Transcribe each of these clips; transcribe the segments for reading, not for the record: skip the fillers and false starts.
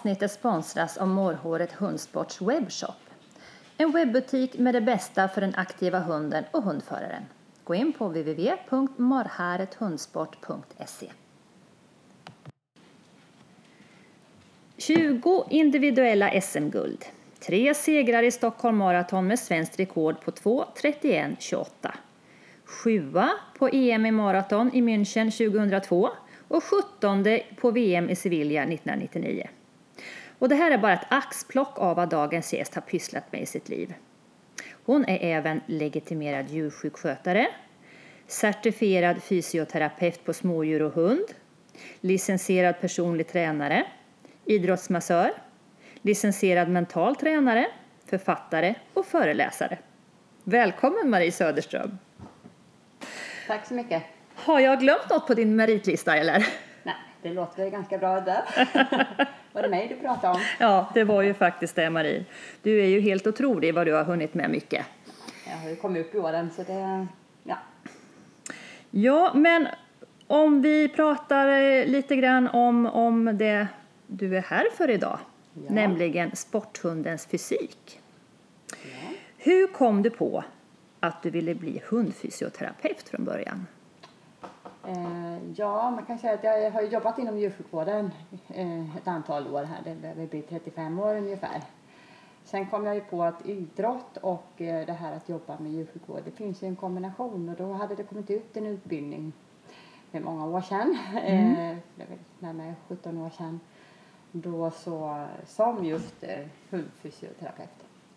avsnittet sponsras av Mårhåret Hundsports webbshop. En webbutik med det bästa för den aktiva hunden och hundföraren. Gå in på www.marharethundsport.se. 20 individuella SM-guld. 3 segrar i Stockholm Marathon med svenskt rekord på 2:31,28. 7:a på EM i maraton i München 2002 och 17:e på VM i Sevilla 1999. Och det här är bara ett axplock av vad dagens gäst har pysslat med i sitt liv. Hon är även legitimerad djursjukskötare, certifierad fysioterapeut på smådjur och hund, licensierad personlig tränare, idrottsmassör, licensierad mental tränare, författare och föreläsare. Välkommen Marie Söderström. Tack så mycket. Har jag glömt något på din meritlista eller? Nej, det låter ganska bra där. Var det mig du pratade om? Ja, det var ju faktiskt det Marie. Du är ju helt otrolig vad du har hunnit med mycket. Jag har ju kommit upp i åren så det, ja. Ja, men om vi pratar lite grann om det du är här för idag. Ja. Nämligen sporthundens fysik. Ja. Hur kom du på att du ville bli hundfysioterapeut från början? Ja, man kan säga att jag har jobbat inom djursjukvården ett antal år här. Det blir 35 år ungefär. Sen kom jag ju på att idrott och det här att jobba med djursjukvård, det finns ju en kombination. Och då hade det kommit ut en utbildning för många år sedan. Det var närmare 17 år sedan. Då så som just hundfysioterapeut.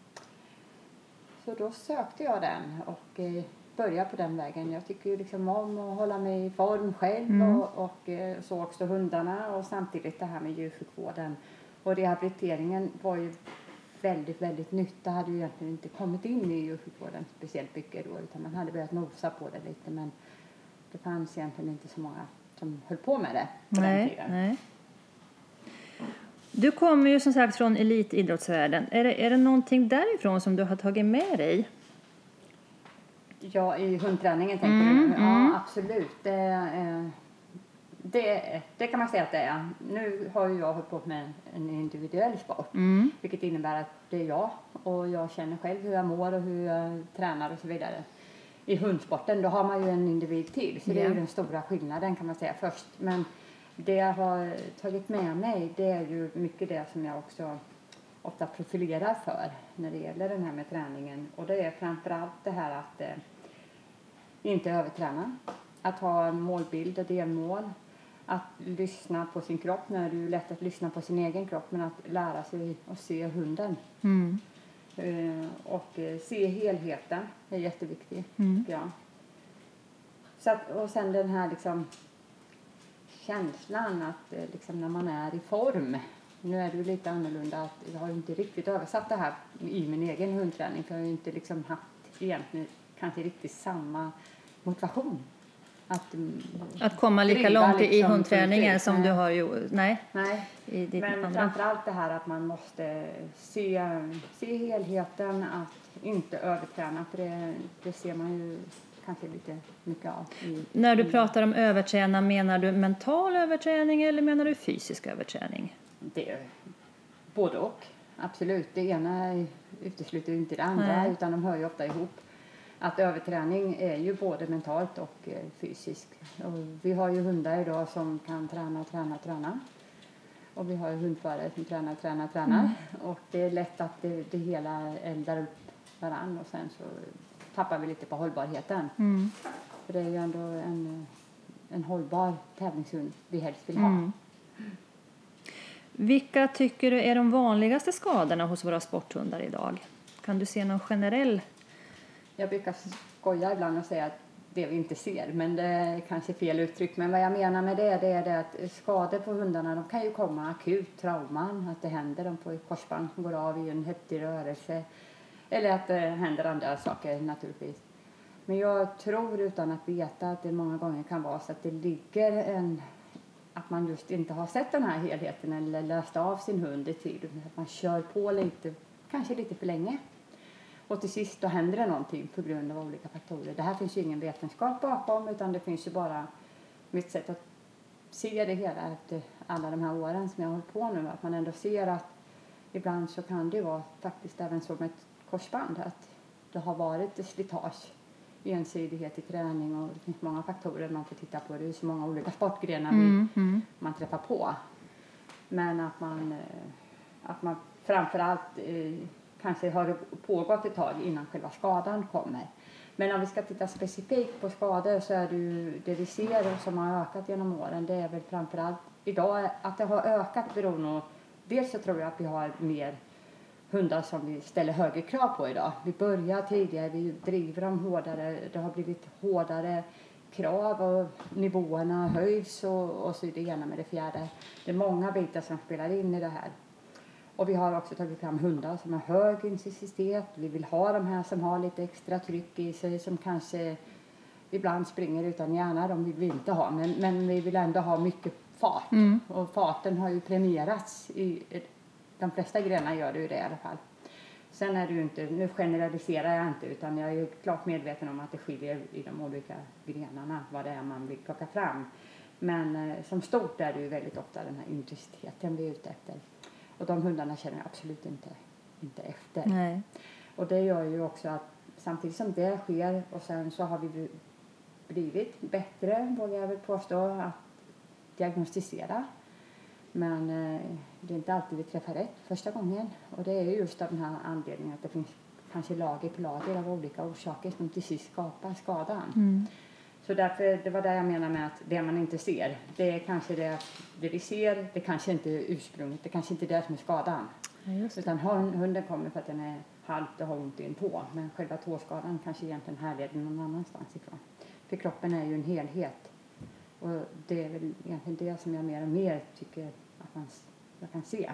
Så då sökte jag den och började på den vägen. Jag tycker ju liksom om att hålla mig i form själv och så också hundarna och samtidigt det här med djursjukvården. Och rehabiliteringen var ju väldigt, väldigt nytt. Det hade ju egentligen inte kommit in i djursjukvården speciellt mycket då utan man hade börjat nosa på det lite men det fanns egentligen inte så många som höll på med det på den tiden. Nej. Du kommer ju som sagt från elitidrottsvärlden. Är det någonting därifrån som du har tagit med dig? Ja, i hundträningen tänker du? Ja, absolut. Det kan man säga att det är. Nu har ju jag hållit på med en individuell sport. Vilket innebär att det är jag. Och jag känner själv hur jag mår och hur jag tränar och så vidare. I hundsporten då har man ju en individ till. Så det är ju den stora skillnaden kan man säga först. Men det jag har tagit med mig det är ju mycket det som jag också ofta profilerar för när det gäller den här med träningen. Och det är framförallt det här att inte överträna. Att ha en målbild och delmål. Att lyssna på sin kropp. När det är ju lätt att lyssna på sin egen kropp men att lära sig att se hunden. Och se helheten är jätteviktigt tycker jag. Så att, och sen den här liksom känslan att liksom när man är i form. Nu är det ju lite annorlunda att jag har inte riktigt översatt det här i min egen hundträning. För jag har ju inte liksom haft egentligen kanske riktigt samma motivation. Att komma lika långt liksom, i hundträningen som du har gjort. Nej. I men andra. Framförallt det här att man måste se helheten. Att inte överträna. För det ser man ju kanske lite mycket av. När du pratar om överträna, menar du mental överträning eller menar du fysisk överträning? Det är både och. Absolut. Det ena utesluter inte det andra utan de hör ju ofta ihop. Att överträning är ju både mentalt och fysiskt. Och vi har ju hundar idag som kan träna. Och vi har ju hundförare som tränar. Och det är lätt att det hela eldar upp varann och sen så tappar vi lite på hållbarheten. För det är ju ändå en hållbar tävlingshund vi helst vill ha. Vilka tycker du är de vanligaste skadorna hos våra sporthundar idag? Kan du se någon generell? Jag brukar skoja ibland och säga att det vi inte ser. Men det är kanske fel uttryck. Men vad jag menar med det är det att skador på hundarna de kan ju komma akut trauman. Att det händer. De får korsband som går av i en häftig rörelse. Eller att det händer andra saker naturligtvis. Men jag tror utan att veta att det många gånger kan vara så att det ligger att man just inte har sett den här helheten eller läst av sin hund i tid. Att man kör på lite, kanske lite för länge. Och till sist då händer det någonting på grund av olika faktorer. Det här finns ju ingen vetenskap bakom utan det finns ju bara mitt sätt att ser det hela efter alla de här åren som jag har hållit på nu. Att man ändå ser att ibland så kan det vara faktiskt även som ett korsband. Att det har varit slitage, ensidighet i träning och det finns många faktorer man får titta på. Det är så många olika sportgrenar man träffar på. Men att man framförallt kanske har pågått ett tag innan själva skadan kommer. Men om vi ska titta specifikt på skador så är det ju det vi ser som har ökat genom åren. Det är väl framförallt idag att det har ökat beror nog. Dels så tror jag att vi har mer hundar som vi ställer högre krav på idag. Vi börjar tidigare, vi driver dem hårdare. Det har blivit hårdare krav och nivåerna höjs och så är det ena med det fjärde. Det är många bitar som spelar in i det här. Och vi har också tagit fram hundar som har hög intensitet. Vi vill ha de här som har lite extra tryck i sig som kanske ibland springer utan hjärna. De vill vi inte ha, men vi vill ändå ha mycket fart. Och farten har ju premierats i de flesta grenar gör det ju det i alla fall. Sen är det ju inte, nu generaliserar jag inte utan jag är ju klart medveten om att det skiljer i de olika grenarna vad det är man vill plocka fram. Men som stort är det ju väldigt ofta den här intensiteten vi är ute efter. Och de hundarna känner jag absolut inte efter. Nej. Och det gör ju också att samtidigt som det sker och sen så har vi blivit bättre, vågar jag väl påstå, att diagnostisera. Men det är inte alltid vi träffar rätt första gången. Och det är just av den här anledningen att det finns kanske lager på lager av olika orsaker som till sist skapar skadan. Så därför, det var där jag menar med att det man inte ser, det är kanske det vi ser, det kanske inte är ursprunget, det kanske inte är det som är skadan. Ja, just det. Utan hunden kommer för att den är halt och har ont i en tå. Men själva tåskadan kanske egentligen härleder någon annanstans ifrån. För kroppen är ju en helhet. Och det är väl egentligen det som jag mer och mer tycker att jag kan se.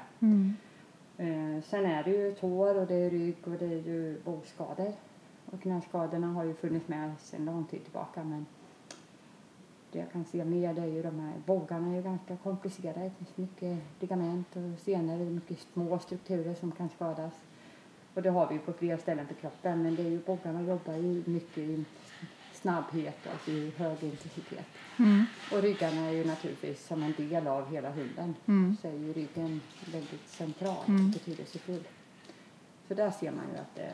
Sen är det ju tår och det är rygg och det är ju bågskador. Och knäskadorna har ju funnits med sedan lång tid tillbaka. Men det jag kan se mer det är ju de här bågarna är ju ganska komplicerade. Det finns mycket ligament och senare mycket små strukturer som kan skadas. Och det har vi ju på flera ställen på kroppen. Men det är ju bågarna jobbar ju mycket i snabbhet och alltså i hög intensitet. Och ryggarna är ju naturligtvis som en del av hela hunden. Så är ju ryggen väldigt central och betydelsefull. Så där ser man ju att det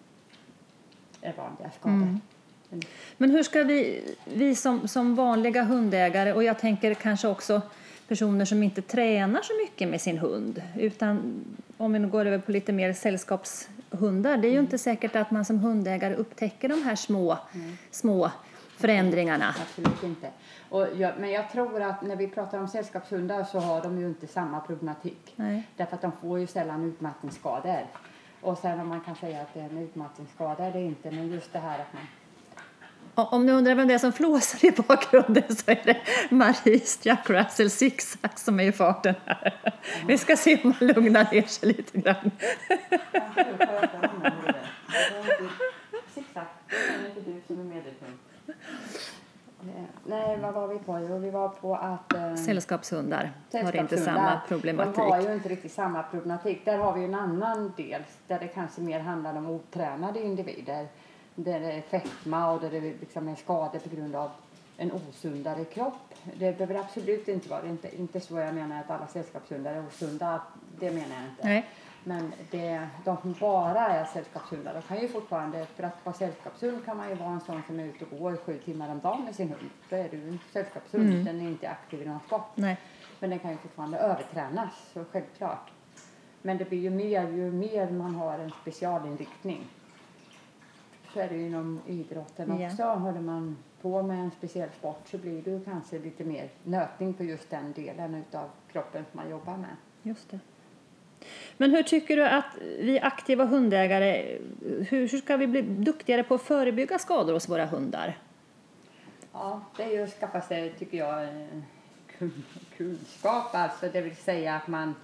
är vanliga skador. Men hur ska vi som vanliga hundägare, och jag tänker kanske också personer som inte tränar så mycket med sin hund, utan om vi nu går över på lite mer sällskapshundar, det är ju inte säkert att man som hundägare upptäcker de här små förändringarna. Absolut inte. Men jag tror att när vi pratar om sällskapshundar så har de ju inte samma problematik. Nej. Därför att de får ju sällan utmattningsskador. Och sen om man kan säga att det är en utmattningsskada är det inte, men just det här att man... Om ni undrar vem det är som flåsar i bakgrunden så är det Maries Jack Russell Zigzag som är i farten här. Vi ska se om man lugnar ner sig lite grann. Zigzag, det är inte du som är medelpunkt. Nej, vad var vi på? Jo, vi var på att... Sällskapshundar har inte samma problematik. De har ju inte riktigt samma problematik. Där har vi en annan del där det kanske mer handlar om otränade individer. Där det är fetma och där det liksom är skador på grund av en osundare kropp. Det behöver absolut inte vara. Det är inte så jag menar att alla sällskapshundar är osunda. Det menar jag inte. Nej. Men de som bara är sällskapshundar, de kan ju fortfarande, för att vara sällskapshund kan man ju vara en sån som är ute och går 7 timmar om dagen med sin hund. Då är det ju en sällskapshund, den är inte aktiv i någon sport. Nej. Men den kan ju fortfarande övertränas, så självklart. Men det blir ju mer man har en specialinriktning. Så är det ju inom idrotten också. Håller man på med en speciell sport så blir det ju kanske lite mer nötning på just den delen utav kroppen som man jobbar med. Just det. Men hur tycker du att vi aktiva hundägare, hur ska vi bli duktigare på att förebygga skador hos våra hundar? Ja, det är ju att skaffa sig, tycker jag, kunskap. Alltså det vill säga att man...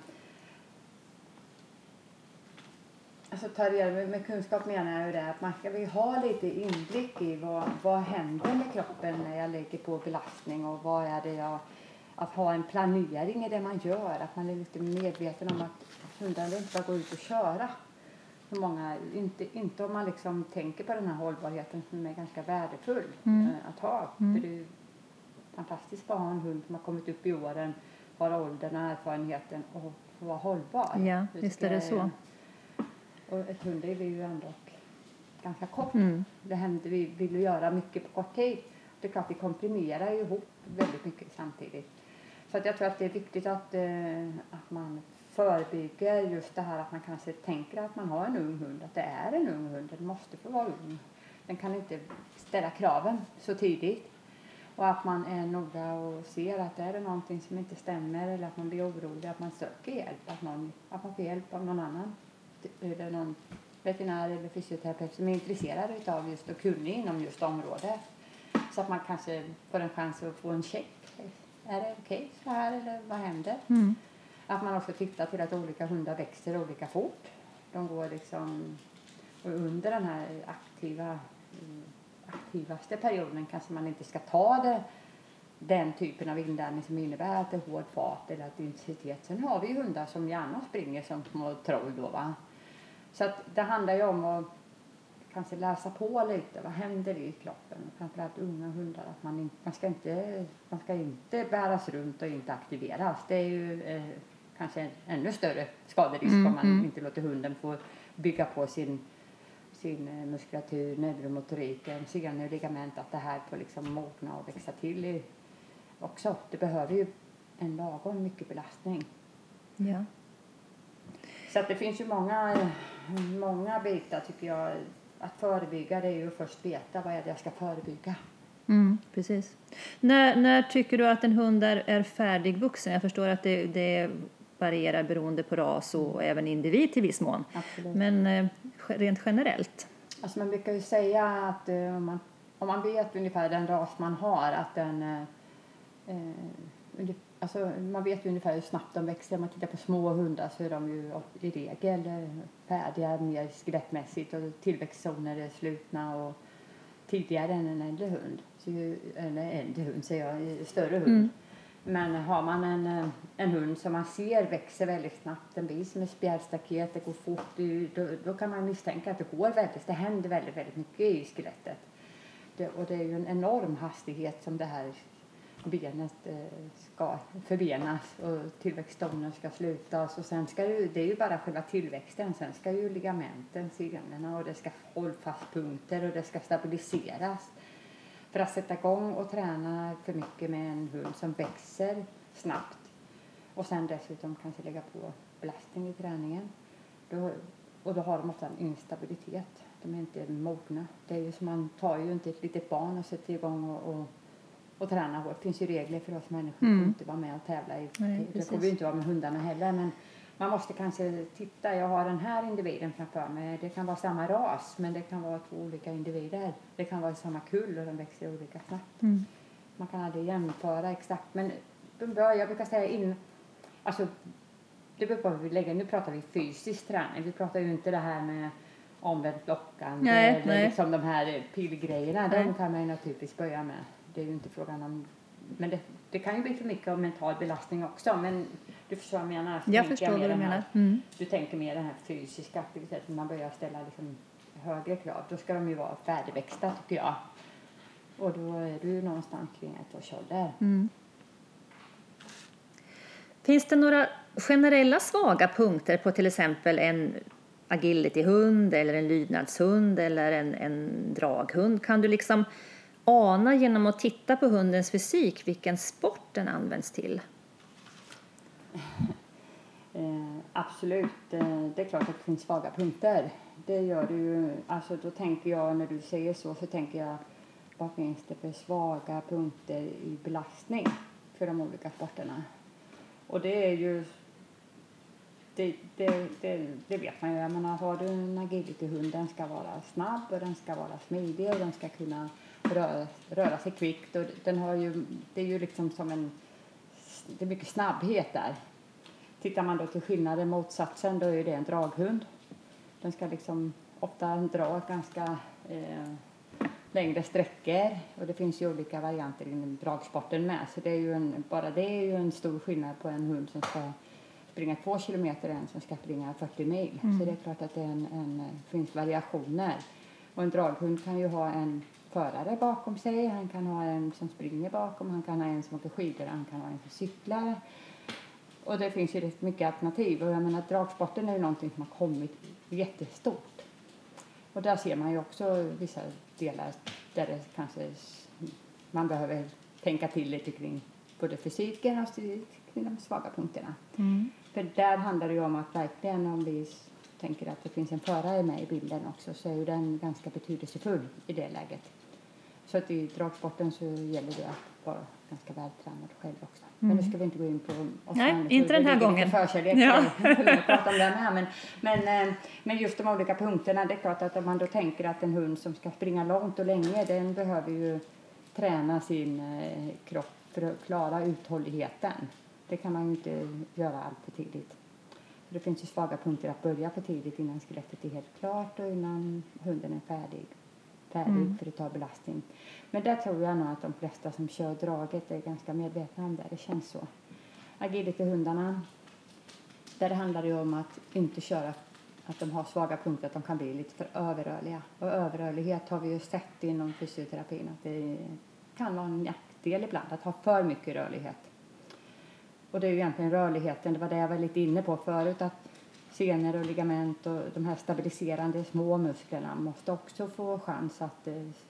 Alltså ta reda med kunskap menar jag ju det att man ska ha lite inblick i vad händer med kroppen när jag lägger på belastning och vad är det att ha en planering i det man gör. Att man är lite medveten om att hundarna inte bara gå ut och köra. Så många, inte om man liksom tänker på den här hållbarheten som är ganska värdefull att ha. För fantastiskt att ha en hund som har kommit upp i åren, har åldern och erfarenheten och får vara hållbar. Ja, visst är det så. Och ett hundliv är ju ändå ganska kort. Vi vill ju göra mycket på kort tid. Det är klart vi komprimerar ju ihop väldigt mycket samtidigt. Så att jag tror att det är viktigt att man förebygger just det här att man kanske tänker att man har en ung hund. Att det är en ung hund, den måste få vara ung. Den kan inte ställa kraven så tidigt. Och att man är noga och ser att det är någonting som inte stämmer eller att man blir orolig, att man söker hjälp. Att man får hjälp av någon annan. Eller någon veterinär eller fysioterapeut som är intresserad av just och kunnig inom just området. Så att man kanske får en chans att få en check. Är det okej så här eller vad händer? Att man också tittar till att olika hundar växer olika fort. De går liksom under den här aktivaste perioden kanske man inte ska ta den typen av inlärning som innebär att det är hård fart eller att intensitet. Sen har vi ju hundar som gärna springer som små troll då va. Så att det handlar ju om att kanske läsa på lite vad händer i kroppen. Framförallt unga hundar. Att man ska inte bäras runt och inte aktiveras. Det är ju kanske en ännu större skaderisk om man inte låter hunden få bygga på sin muskulatur, neuromotoriken, senor och ligament. Att det här får liksom mogna och växa till också. Det behöver ju en lagom mycket belastning. Ja. Så att det finns ju många bitar tycker jag. Att förebygga det är ju först veta vad är det jag ska förebygga. Precis. När tycker du att en hund är färdigvuxen? Jag förstår att det varierar beroende på ras och även individ till viss mån. Absolut. Men rent generellt? Alltså man brukar ju säga att om man vet ungefär den ras man har att den alltså man vet ju ungefär hur snabbt de växer. Om man tittar på små hundar så är de ju i regel färdiga mer skelettmässigt och tillväxtzoner är slutna och tidigare än en äldre hund. Större hund. Men har man en hund som man ser växer väldigt snabbt, den blir som ett spjärstaket, det går fort, då kan man misstänka att det händer väldigt, väldigt mycket i skelettet. Och det är ju en enorm hastighet som det här benet ska förbenas och tillväxtzoner ska slutas och sen ska det är ju bara själva tillväxten, sen ska ju ligamenten, senorna och det ska hållfastpunkter och det ska stabiliseras för att sätta igång och träna för mycket med en hund som växer snabbt och sen dessutom kanske lägga på belastning i träningen och då har de ofta en instabilitet, de är inte mogna. Det är ju som man tar ju inte ett litet barn och sätter igång och träna hårt. Det finns ju regler för oss människor som inte vara med och tävla i. Det får vi inte vara med hundarna heller. Men man måste kanske titta. Jag har den här individen framför mig. Det kan vara samma ras. Men det kan vara två olika individer. Det kan vara samma kull och de växer olika snabbt. Man kan aldrig jämföra exakt. Men jag brukar säga alltså det beror på hur vi lägger. Nu pratar vi fysisk träning. Vi pratar ju inte det här med omvänt lockande. Eller liksom de här pillgrejerna. De kan man ju naturligtvis börja med. Det är ju inte frågan om... Men det kan ju bli för mycket av mental belastning också. Men du förstår vad jag menar. Jag förstår vad du menar. Du tänker mer den här fysiska aktiviteten. Man börjar ställa liksom högre krav. Då ska de ju vara färdigväxta tycker jag. Och då är du någonstans kring 1 års ålder. Finns det några generella svaga punkter på till exempel en agility-hund eller en lydnadshund eller en draghund? Kan du liksom ana genom att titta på hundens fysik vilken sport den används till? Absolut. Det är klart att det finns svaga punkter. Det gör det ju. Alltså då tänker jag, när du säger så tänker jag, vad finns det för svaga punkter i belastning för de olika sporterna? Och det är ju, det vet man ju. Jag menar, har du en agility-hund, den ska vara snabb och den ska vara smidig och den ska kunna röra sig kvickt. Och den har ju, det är ju liksom som det är mycket snabbhet där. Tittar man då till skillnaden, motsatsen, då är det en draghund. Den ska liksom ofta dra ganska längre sträckor. Och det finns ju olika varianter inom dragsporten med. Så det är ju det är ju en stor skillnad på en hund som ska springa 2 kilometer och en som ska springa 40 mil. Så det är klart att det finns variationer. Och en draghund kan ju ha förare bakom sig, han kan ha en som springer bakom, han kan ha en som åker skidor, han kan ha en som cyklar. Och det finns ju rätt mycket alternativ. Och jag menar, dragsporten är ju någonting som har kommit jättestort. Och där ser man ju också vissa delar där det kanske man behöver tänka till lite kring både fysiken och kring de svaga punkterna. För där handlar det ju om att verkligen, om vi tänker att det finns en förare med i bilden också, så är ju den ganska betydelsefull i det läget. Så att i dragsporten så gäller det att vara ganska vältränad själv också. Men nu ska vi inte gå in på oss. Nej, inte den här gången. Ja. Prata om det här. Men just de olika punkterna, det är klart att om man då tänker att en hund som ska springa långt och länge, den behöver ju träna sin kropp för att klara uthålligheten. Det kan man ju inte göra allt för tidigt. Det finns ju svaga punkter att börja för tidigt innan skelettet är helt klart och innan hunden är färdig för att ta belastning. Men där tror jag nog att de flesta som kör draget är ganska medvetna om det. Det känns så. Agility-hundarna, där handlar det ju om att inte köra att de har svaga punkter, att de kan bli lite för överrörliga. Och överrörlighet har vi ju sett inom fysioterapin att det kan vara en nackdel ibland att ha för mycket rörlighet. Och det är ju egentligen rörligheten, det var det jag var lite inne på förut, att senor och ligament och de här stabiliserande små musklerna måste också få chans att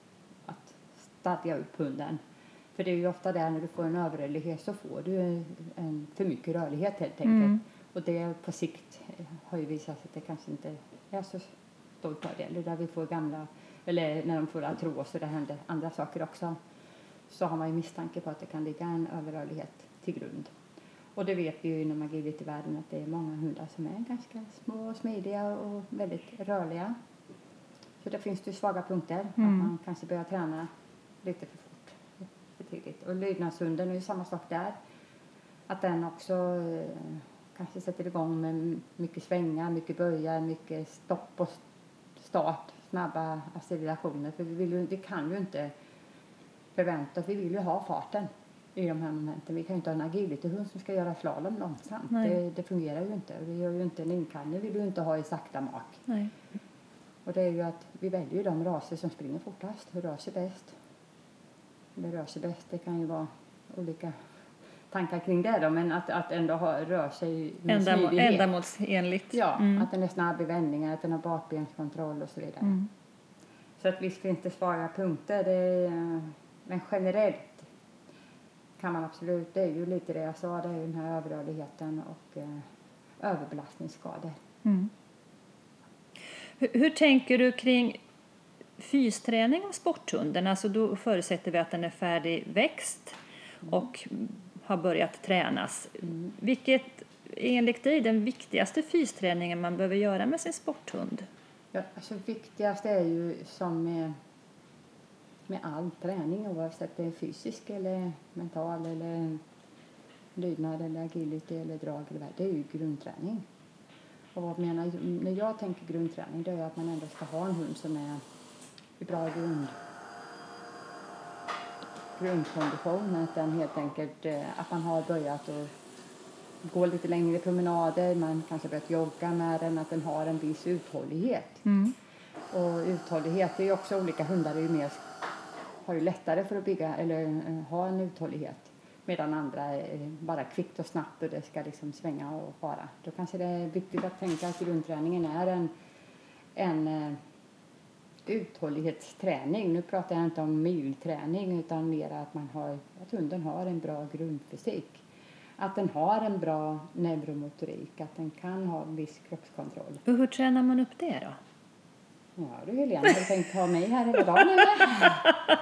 stadga upp hunden. För det är ju ofta där när du får en överrörlighet så får du en för mycket rörlighet helt enkelt. Och det på sikt har ju visat sig att det kanske inte är så stor fördel. Där vi får gamla, eller när de får artros och det händer andra saker också, så har man ju misstanke på att det kan ligga en överrörlighet till grund. Och det vet vi ju inom agility-världen att det är många hundar som är ganska små och smidiga och väldigt rörliga. Så det finns ju svaga punkter. Att man kanske börjar träna lite för fort, för tidigt. Och lydnadshunden är ju samma sak där. Att den också kanske sätter igång med mycket svängar, mycket böjar, mycket stopp och start, snabba accelerationer. För vi kan ju inte förvänta oss, vi vill ju ha farten i de här momenten. Vi kan ju inte ha en agility-hund som ska göra slalom långsamt. Det fungerar ju inte. Och det gör ju inte en inkalvning, vill du inte ha i sakta mak. Nej. Och det är ju att vi väljer ju de raser som springer fortast och rör sig bäst. Eller rör sig bäst, det kan ju vara olika tankar kring det då. Men att ändå rör sig med smidighet. Ändamålsenligt. Ja, att den är snabb i vändningar, att den har bakbenskontroll och så vidare. Så att visst finns det svaga punkter. Men generellt kan man absolut, det är ju lite det jag sa, det är ju den här överrörligheten och överbelastningsskador. Hur tänker du kring fysträning av sporthunden? Alltså då förutsätter vi att den är färdigväxt och har börjat tränas. Vilket enligt dig den viktigaste fysträningen man behöver göra med sin sporthund? Ja, alltså viktigast är ju som med all träning, oavsett det är fysisk eller mental eller lydnad eller agility eller drag eller vad, det är ju grundträning. Och vad menar, när jag tänker grundträning, det är att man ändå ska ha en hund som är i bra grundkondition, att den helt enkelt, att man har börjat att gå lite längre promenader, man kanske börjat jogga med den, att den har en viss uthållighet. Och uthållighet är ju också olika hundar är ju mer, har ju lättare för att bygga eller ha en uthållighet. Medan andra är bara kvickt och snabbt och det ska liksom svänga och fara. Då kanske det är viktigt att tänka att grundträningen är en uthållighetsträning. Nu pratar jag inte om milträning utan mer att hunden har en bra grundfysik. Att den har en bra neuromotorik, att den kan ha en viss kroppskontroll. Och hur tränar man upp det då? Ja, du Helena, har du tänkt ha mig här hela dagen eller?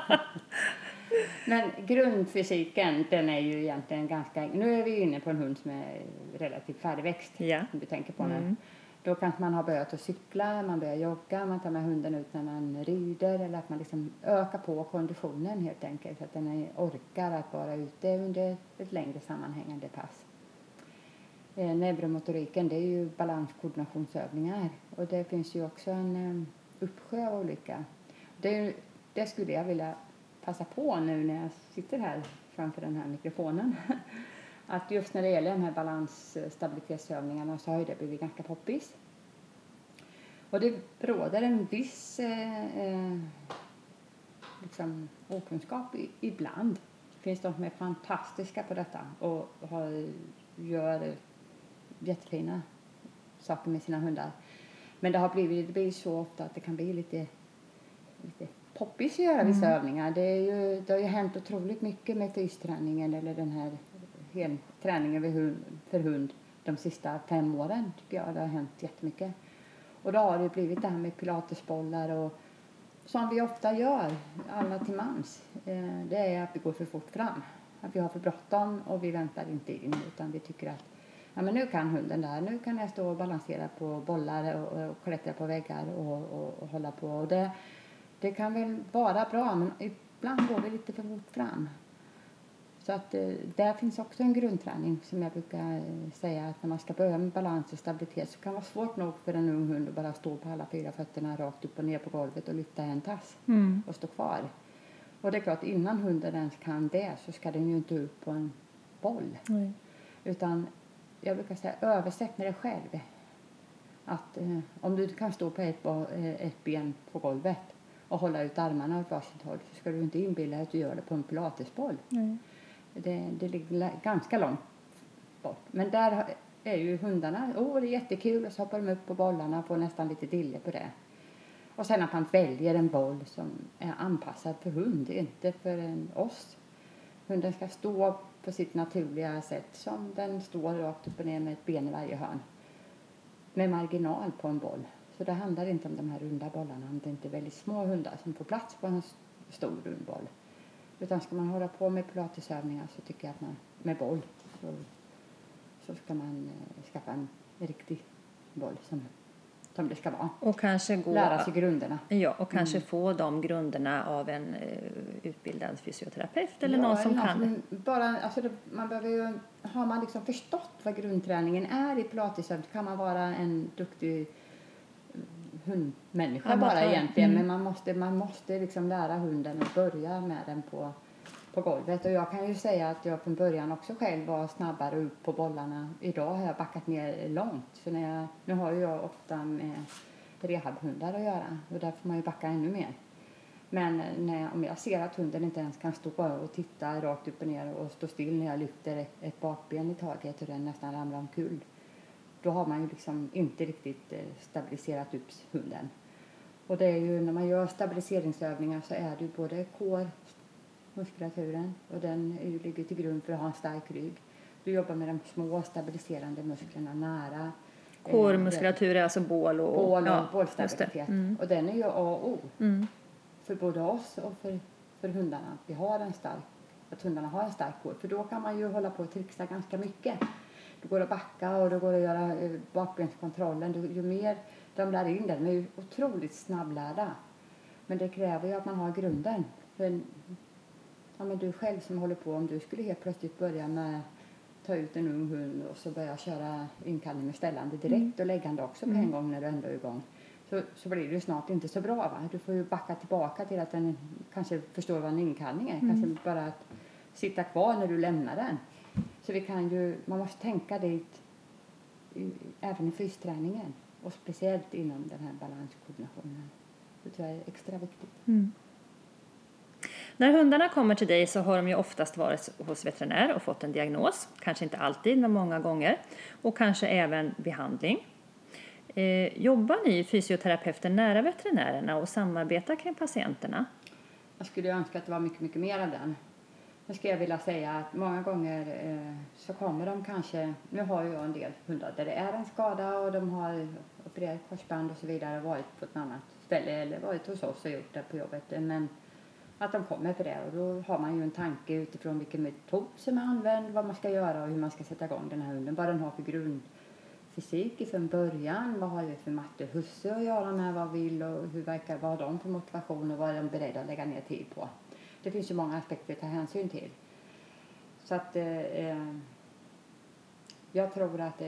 Men grundfysiken, den är ju egentligen ganska... Nu är vi inne på en hund som är relativt färdigväxt, som du tänker på nu. Då kanske man har börjat att cykla, man börjar jogga, man tar med hunden ut när man rider. Eller att man liksom ökar på konditionen helt enkelt. Så att den orkar att vara ute under ett längre sammanhängande pass. Neuromotoriken, det är ju balanskoordinationsövningar. Och det finns ju också en uppsjö av olika. Det skulle jag vilja passa på nu när jag sitter här framför den här mikrofonen. Att just när det gäller de här balansstabilitetsövningarna så har ju det blivit ganska poppis. Och det råder en viss liksom okunskap ibland. Det finns de som är fantastiska på detta och gör jättefina saker med sina hundar. Men det blir så ofta att det kan bli lite poppis att göra vissa övningar. Det har ju hänt otroligt mycket med fysträningen eller den här träningen för hund de sista 5 åren, tycker jag. Det har hänt jättemycket. Och då har det blivit det här med pilatesbollar och som vi ofta gör, alla till mans. Det är att vi går för fort fram. Att vi har för bråttom och vi väntar inte in, utan vi tycker att men nu kan hunden där. Nu kan jag stå och balansera på bollar och klättra på väggar och hålla på. Och det kan väl vara bra, men ibland går vi lite för fort fram. Så att där finns också en grundträning som jag brukar säga att när man ska börja med balans och stabilitet så kan det vara svårt nog för en ung hund att bara stå på alla 4 fötterna rakt upp och ner på golvet och lyfta en tass och stå kvar. Och det är klart, innan hunden ens kan det så ska den ju inte upp på en boll. Utan jag brukar säga, översätt med dig själv. Att om du kan stå på ett ben på golvet och hålla ut armarna åt varsitt håll så ska du inte inbilla att du gör det på en pilatesboll. Det ligger ganska långt bort. Men där är ju hundarna, det är jättekul, och så hoppar de upp på bollarna och får nästan lite dille på det. Och sen att man väljer en boll som är anpassad för hund, inte för oss. Hunden ska stå på sitt naturliga sätt som den står rakt upp och ner med ett ben i varje hörn. Med marginal på en boll. Så det handlar inte om de här runda bollarna om det inte är väldigt små hundar som får plats på en stor rund boll. Utan ska man hålla på med pilatesövningar så tycker jag att man med boll så ska man skaffa en riktig boll som det ska vara. Och kanske lära sig grunderna. Ja, och kanske få de grunderna av en utbildad fysioterapeut eller någon som kan det. Bara, alltså man behöver ju, har man liksom förstått vad grundträningen är i pilatesövning kan man vara en duktig hundmänniska bara egentligen. Men man måste liksom lära hunden att börja med den på golvet. Och jag kan ju säga att jag från början också själv var snabbare upp på bollarna. Idag har jag backat ner långt. Så nu har jag ofta med rehabhundar att göra. Och där får man ju backa ännu mer. Men om jag ser att hunden inte ens kan stå och titta rakt upp och ner och stå still när jag lyfter ett bakben i taget och den nästan ramlar omkull. Då har man ju liksom inte riktigt stabiliserat upp hunden. Och det är ju när man gör stabiliseringsövningar så är det ju både muskulaturen och den ligger till grund för att ha en stark rygg. Du jobbar med de små stabiliserande musklerna nära. Kårmuskulatur är alltså bålstabilitet. Och den är ju A och O. För både oss och för hundarna. Att hundarna har en stark kår. För då kan man ju hålla på och trixa ganska mycket. Det går att backa och det går att göra bakbenskontrollen. Ju mer de lär in den. De är ju otroligt snabblärda. Men det kräver ju att man har grunden. Men du själv som håller på, om du skulle helt plötsligt börja med ta ut en ung hund och så börja köra inkallning med ställande direkt och läggande också på en gång när du ändå är igång. Så blir det snart inte så bra, va? Du får ju backa tillbaka till att den kanske förstår vad en inkallning är. Kanske bara att sitta kvar när du lämnar den. Så man måste tänka dit även i fysträningen. Och speciellt inom den här balanskoordinationen. Det tror jag är extra viktigt. När hundarna kommer till dig så har de ju oftast varit hos veterinär och fått en diagnos. Kanske inte alltid, men många gånger. Och kanske även behandling. Jobbar ni fysioterapeuter nära veterinärerna och samarbetar kring patienterna? Jag skulle önska att det var mycket, mycket mer av den. Nu ska jag vilja säga att många gånger så kommer de kanske... Nu har jag en del hundar där det är en skada och de har opererat korsband och så vidare. Varit på ett annat ställe eller varit hos oss och gjort det på jobbet. Men att de kommer för det. Och då har man ju en tanke utifrån vilken metod som är använd. Vad man ska göra och hur man ska sätta igång den här hunden. Vad den har för grundfysik från början. Vad har det för matte husse att göra med. Vad vill och vad har de för motivation och vad är de beredda att lägga ner tid på. Det finns ju många aspekter att ta hänsyn till. Så att jag tror att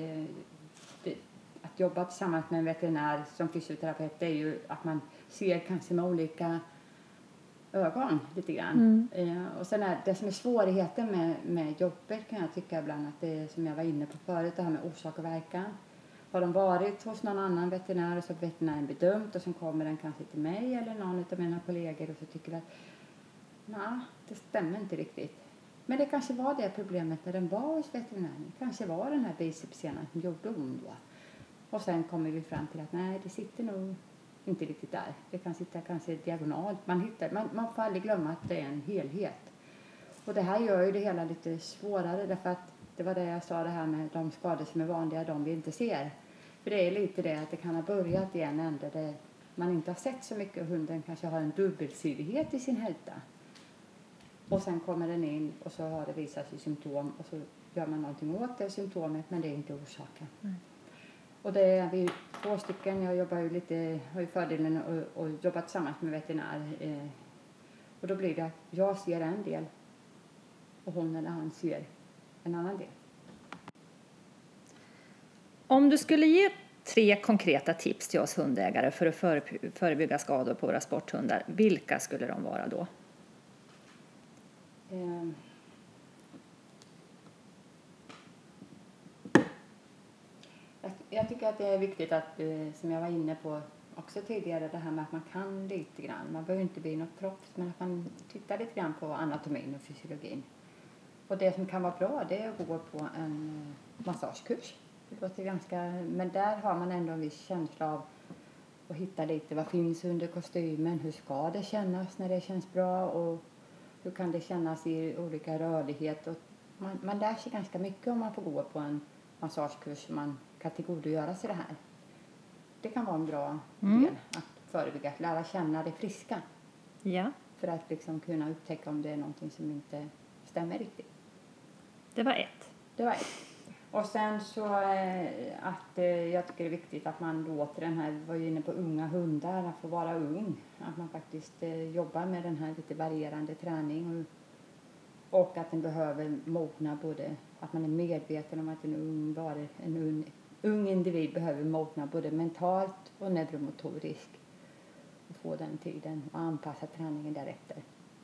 att jobba tillsammans med en veterinär som fysioterapeut är ju att man ser kanske med olika ögon lite grann. Och sen är det som är svårigheten med jobbet kan jag tycka ibland att det är som jag var inne på förut, det här med orsak och verkan. har de varit hos någon annan veterinär och så har veterinären bedömt och sen kommer den kanske till mig eller någon av mina kollegor och så tycker att nej, det stämmer inte riktigt. Men det kanske var det problemet när den var hos veterinären. Kanske var den här bicepssenan som gjorde ont då. Och sen kommer vi fram till att nej, det sitter nog inte riktigt där. Det kan sitta kanske diagonalt. Man får aldrig glömma att det är en helhet. Och det här gör ju det hela lite svårare därför att det var det jag sa det här med de skador som är vanliga, de vi inte ser. För det är lite det att det kan ha börjat i en ände där man inte har sett så mycket och hunden kanske har en dubbelsidighet i sin hälta. Och sen kommer den in och så har det visat sig symptom och så gör man någonting åt det symptomet men det är inte orsaken. Och det är vi 2 stycken, jag jobbar ju lite, har ju fördelen och jobbat tillsammans med veterinär. Och då blir det att jag ser en del och hon eller han ser en annan del. Om du skulle ge 3 konkreta tips till oss hundägare för att förebygga skador på våra sporthundar, vilka skulle de vara då? Jag tycker att det är viktigt att, som jag var inne på också tidigare, det här med att man kan lite grann. Man behöver inte bli något proffs, men att man tittar lite grann på anatomin och fysiologin. Och det som kan vara bra, det är att gå på en massagekurs. Det låter ganska, men där har man ändå en viss känsla av att hitta lite, vad finns under kostymen, hur ska det kännas när det känns bra och hur kan det kännas i olika rörlighet. Och man lär sig ganska mycket om man får gå på en massagekurs, man kan tillgodogöra sig det här. Det kan vara en bra del att förebygga, att lära känna det friska. Ja. För att liksom kunna upptäcka om det är någonting som inte stämmer riktigt. Det var ett. Det var ett. Och sen så att jag tycker det är viktigt att man låter den här, var ju inne på unga hundar, att få vara ung. Att man faktiskt jobbar med den här lite varierande träning och att den behöver mogna både, att man är medveten om att en ung individ behöver mogna både mentalt och neuromotoriskt. Och få den tiden och anpassa träningen därefter.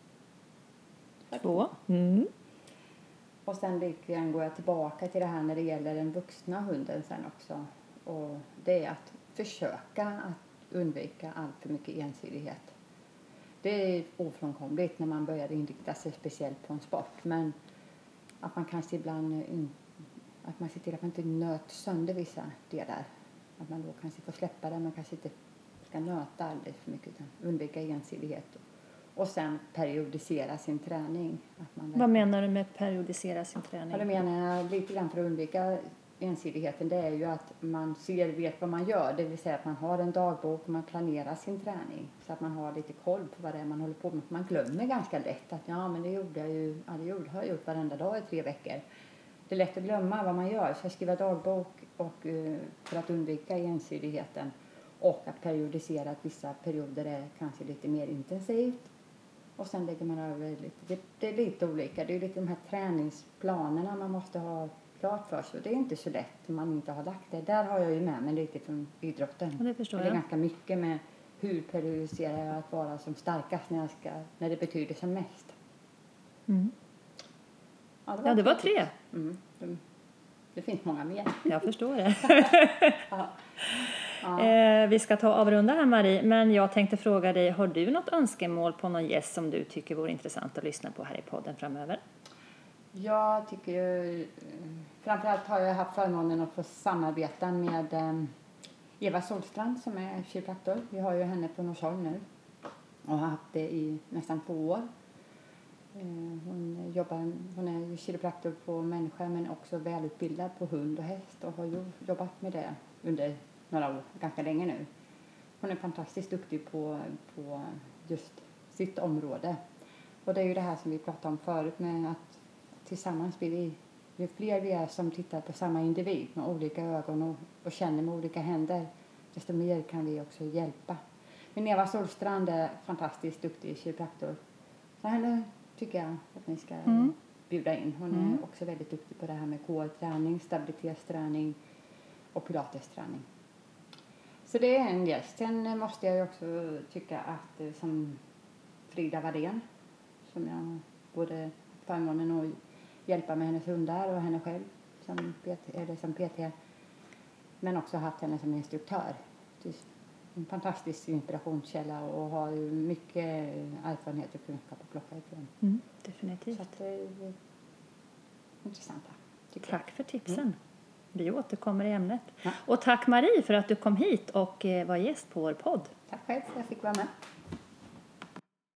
2. Och sen går jag tillbaka till det här när det gäller den vuxna hunden sen också. Och det är att försöka att undvika allt för mycket ensidighet. Det är ofrånkomligt när man börjar inrikta sig speciellt på en sport. Men att man kanske ibland att man ser till att man inte nöter sönder vissa delar. Att man då kanske får släppa det. Man kanske inte ska nöta alldeles för mycket utan undvika ensidighet. Och sen periodisera sin träning. Vad menar du med periodisera sin träning? Ja, det menar jag lite grann för att undvika ensidigheten. Det är ju att man vet vad man gör. Det vill säga att man har en dagbok och man planerar sin träning. Så att man har lite koll på vad det är man håller på med. Man glömmer ganska lätt att men det gjorde jag ju. Ja, det har jag gjort varenda dag i 3 veckor. Det är lätt att glömma vad man gör. Så jag skriver dagbok och, för att undvika ensidigheten. Och att periodisera att vissa perioder är kanske lite mer intensivt. Och sen lägger man över lite. Det är lite olika. Det är lite de här träningsplanerna man måste ha klart för sig. Och det är inte så lätt om man inte har lagt det. Där har jag ju med mig lite från idrotten. Ja, det förstår jag. Det är ganska mycket med hur periodiserar jag att vara som starkast när det betyder som mest. Ja, det var 3. Det finns många mer. Jag förstår det. Ja. Vi ska ta avrunda här, Marie, men jag tänkte fråga dig, har du något önskemål på någon gäst som du tycker vore intressant att lyssna på här i podden framöver? Jag tycker ju, framförallt har jag haft förmånen att få samarbeta med Eva Solstrand som är kiropraktor. Vi har ju henne på Norsholm nu och har haft det i nästan 2 år. Hon är ju kiropraktor på människa men också välutbildad på hund och häst och har jobbat med det under några år, ganska länge nu. Hon är fantastiskt duktig på just sitt område. Och det är ju det här som vi pratade om förut med att tillsammans blir ju fler vi är som tittar på samma individ med olika ögon och känner med olika händer, desto mer kan vi också hjälpa. Men Eva Solstrand är fantastiskt duktig kiropraktor. Så henne tycker jag att ni ska bjuda in. Hon är också väldigt duktig på det här med core-träning, stabilitetsträning och pilatesträning. Så det är en gäst. Sen måste jag ju också tycka att som Frida Wallén, som jag både förmånen att hjälpa med hennes hundar och henne själv som PT. Men också haft henne som instruktör. Det är en fantastisk inspirationskälla och har ju mycket erfarenhet och kunskap att plocka ifrån. Definitivt. Så att det är intressanta. Tack för tipsen. Vi återkommer i ämnet. Ja. Och tack Marie för att du kom hit och var gäst på vår podd. Tack själv för att jag fick vara med.